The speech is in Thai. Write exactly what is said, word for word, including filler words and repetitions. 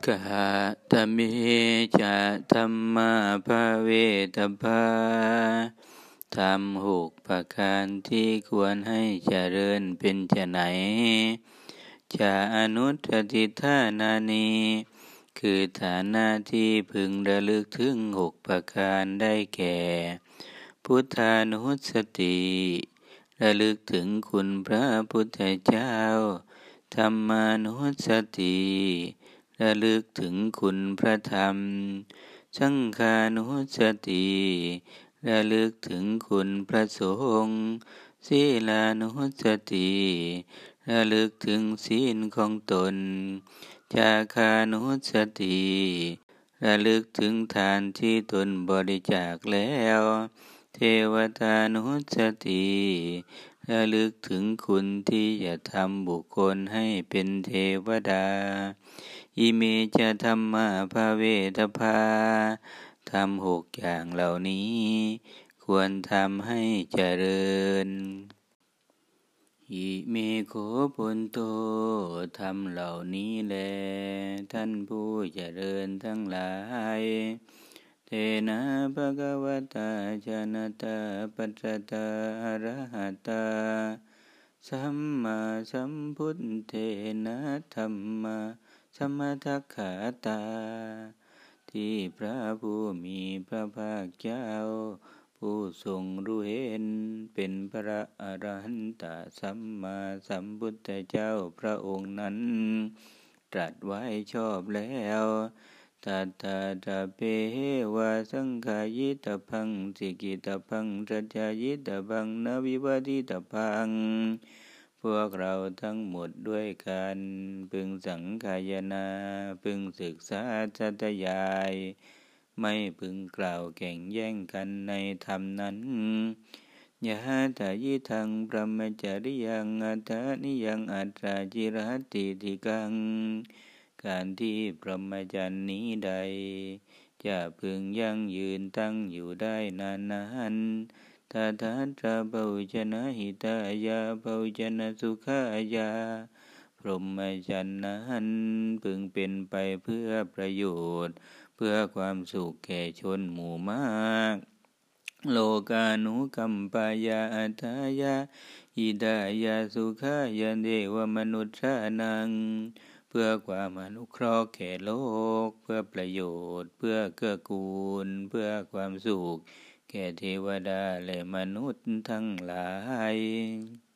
กะตะเมจะธัมมาภเวทพาธรรมหกประการที่ควรให้เจริญเป็นไฉนจะอนุทติธานานิคือฐานะที่พึงระลึกถึงหกประการได้แก่พุทธานุสติระลึกถึงคุณพระพุทธเจ้าธัมมานุสติระลึกถึงคุณพระธรรมสังฆานุสติระลึกถึงคุณพระสงฆ์ศีลานุสติระลึกถึงศีลของตนจาคานุสติระลึกถึงทานที่ตนบริจาคแล้วเทวตานุสติระลึกถึงคุณที่จะทำบุคคลให้เป็นเทวดาอิเมจะธัมมาภเวทพาทำหกอย่างเหล่านี้ควรทำให้เจริญอิเมโขปุณโตทำเหล่านี้แลท่านผู้เจริญทั้งหลายเตนะภะคะวะตาชนะตาปัจจตาอะระหะตาสัมมาสัมพุทเทนะธัมมาสัมมาทัคขาตาที่พระผู้มีพระภาคเจ้าผู้ทรงรู้เห็นเป็นพระอรหันตสัมมาสัมพุทธเจ้าพระองค์นั้นตรัสไว้ชอบแล้วตัตถาตะเปวะสังฆายิตพังสิกิตพังสัจจายิตพังนวิวัติตพังพวกเราทั้งหมดด้วยกันพึงสังฆายนาพึงศึกษาสัตยายไม่พึงกล่าวแข่งแย่งกันในธรรมนั้นยะถายิทังพรหมจริยังอัตถานิยังอัตราจิรติติกังการที่พรหมจรรย์นี้ใดจะพึงยั่งยืนตั้งอยู่ได้นานนานตถาตาภวจนะหิตายาภวจนะสุขายาพรหมจรรย์นั้นพึงเป็นไปเพื่อประโยชน์เพื่อความสุขแก่ชนหมู่มากโลกานุกัมปายาอัตถายาอิดายาสุขายาเดวมนุษย์นังเพื่อความอนุเคราะห์แก่โลกเพื่อประโยชน์เพื่อเกื้อกูลเพื่อความสุขแก่เทวดาและมนุษย์ทั้งหลาย